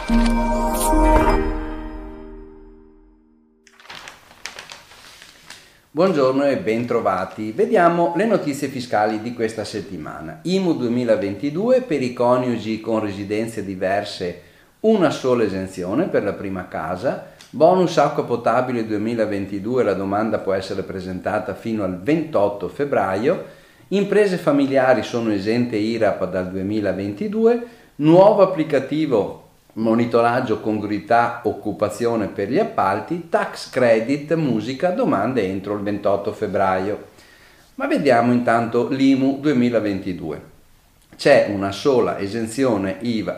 Buongiorno e bentrovati. Vediamo le notizie fiscali di questa settimana. IMU 2022 per i coniugi con residenze diverse, una sola esenzione per la prima casa. Bonus acqua potabile 2022, la domanda può essere presentata fino al 28 febbraio. Imprese familiari sono esente IRAP dal 2022. Nuovo applicativo monitoraggio congruità occupazione per gli appalti, tax credit musica, domande entro il 28 febbraio. Ma vediamo intanto l'IMU 2022. C'è una sola esenzione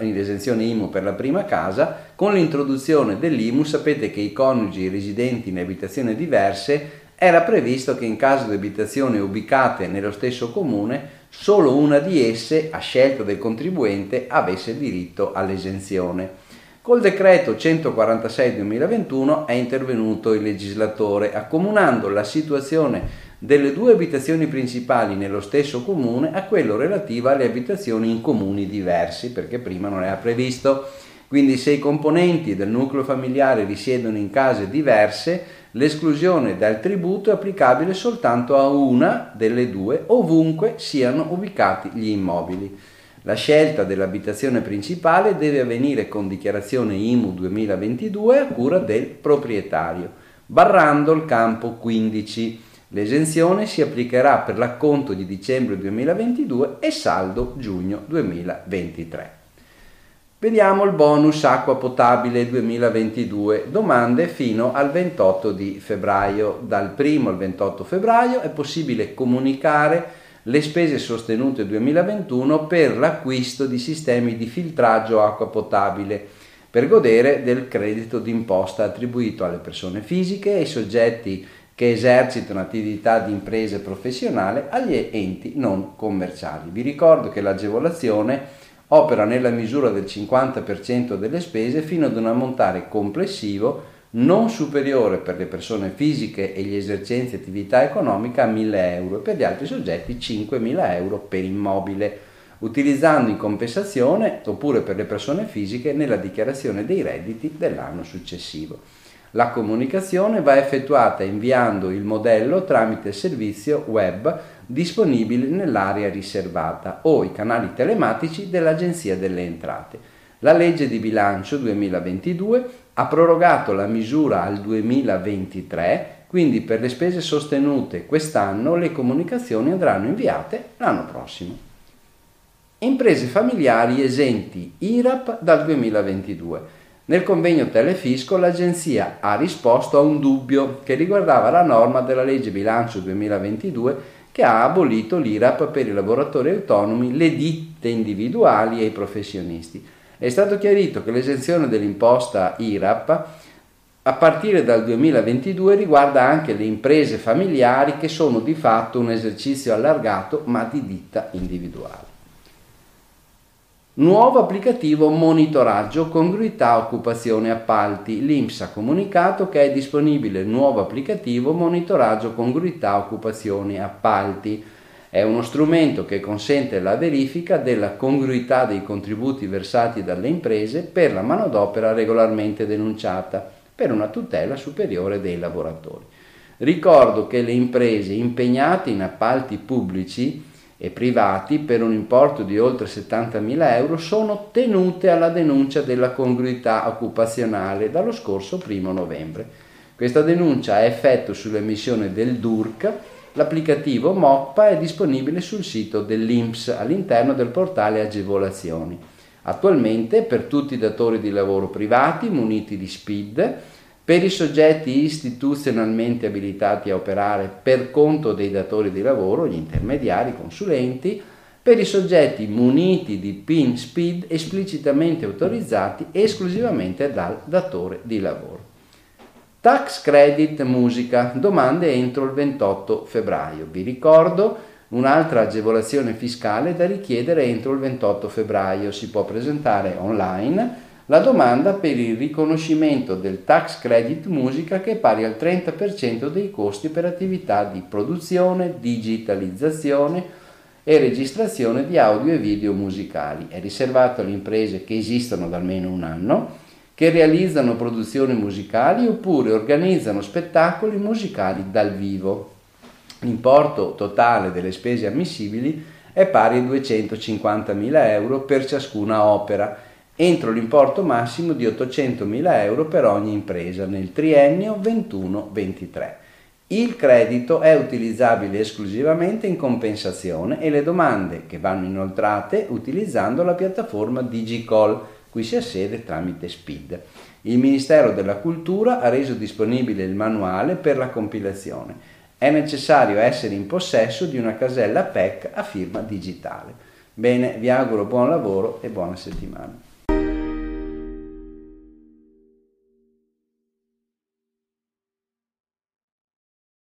IMU per la prima casa. Con l'introduzione dell'IMU sapete che i coniugi residenti in abitazioni diverse era previsto che in caso di abitazioni ubicate nello stesso comune solo una di esse, a scelta del contribuente, avesse diritto all'esenzione. Col decreto 146/2021 è intervenuto il legislatore, accomunando la situazione delle due abitazioni principali nello stesso comune a quello relativa alle abitazioni in comuni diversi, perché prima non era previsto. Quindi se i componenti del nucleo familiare risiedono in case diverse, l'esclusione dal tributo è applicabile soltanto a una delle due, ovunque siano ubicati gli immobili. La scelta dell'abitazione principale deve avvenire con dichiarazione IMU 2022 a cura del proprietario, barrando il campo 15. L'esenzione si applicherà per l'acconto di dicembre 2022 e saldo giugno 2023. Vediamo il bonus acqua potabile 2022, domande fino al 28 di febbraio. Dal 1 al 28 febbraio è possibile comunicare le spese sostenute 2021 per l'acquisto di sistemi di filtraggio acqua potabile per godere del credito d'imposta attribuito alle persone fisiche e ai soggetti che esercitano attività di imprese professionale agli enti non commerciali. Vi ricordo che l'agevolazione opera nella misura del 50% delle spese fino ad un ammontare complessivo non superiore per le persone fisiche e gli esercenti attività economica a 1.000 euro e per gli altri soggetti 5.000 euro per immobile, utilizzando in compensazione oppure per le persone fisiche nella dichiarazione dei redditi dell'anno successivo. La comunicazione va effettuata inviando il modello tramite il servizio web disponibile nell'area riservata o i canali telematici dell'Agenzia delle Entrate. La legge di bilancio 2022 ha prorogato la misura al 2023, quindi per le spese sostenute quest'anno le comunicazioni andranno inviate l'anno prossimo. Imprese familiari esenti IRAP dal 2022. Nel convegno Telefisco l'Agenzia ha risposto a un dubbio che riguardava la norma della legge bilancio 2022 che ha abolito l'IRAP per i lavoratori autonomi, le ditte individuali e i professionisti. È stato chiarito che l'esenzione dell'imposta IRAP a partire dal 2022 riguarda anche le imprese familiari che sono di fatto un esercizio allargato ma di ditta individuale. Nuovo applicativo monitoraggio congruità occupazione appalti. L'INPS ha comunicato che è disponibile il nuovo applicativo monitoraggio congruità occupazione appalti. È uno strumento che consente la verifica della congruità dei contributi versati dalle imprese per la manodopera regolarmente denunciata per una tutela superiore dei lavoratori. Ricordo che le imprese impegnate in appalti pubblici e privati per un importo di oltre 70.000 euro sono tenute alla denuncia della congruità occupazionale dallo scorso 1 novembre. Questa denuncia ha effetto sull'emissione del DURC. L'applicativo MOPPA è disponibile sul sito dell'INPS all'interno del portale Agevolazioni. Attualmente per tutti i datori di lavoro privati muniti di SPID, per i soggetti istituzionalmente abilitati a operare per conto dei datori di lavoro, gli intermediari, consulenti, per i soggetti muniti di PIN SPID esplicitamente autorizzati esclusivamente dal datore di lavoro. Tax credit musica, domande entro il 28 febbraio. Vi ricordo un'altra agevolazione fiscale da richiedere entro il 28 febbraio. Si può presentare online la domanda per il riconoscimento del tax credit musica che è pari al 30% dei costi per attività di produzione, digitalizzazione e registrazione di audio e video musicali. È riservato alle imprese che esistono da almeno un anno, che realizzano produzioni musicali oppure organizzano spettacoli musicali dal vivo. L'importo totale delle spese ammissibili è pari a 250.000 euro per ciascuna opera, entro l'importo massimo di 800.000 euro per ogni impresa nel triennio 21-23. Il credito è utilizzabile esclusivamente in compensazione e le domande che vanno inoltrate utilizzando la piattaforma Digicall, cui si accede tramite SPID. Il Ministero della Cultura ha reso disponibile il manuale per la compilazione. È necessario essere in possesso di una casella PEC a firma digitale. Bene, vi auguro buon lavoro e buona settimana.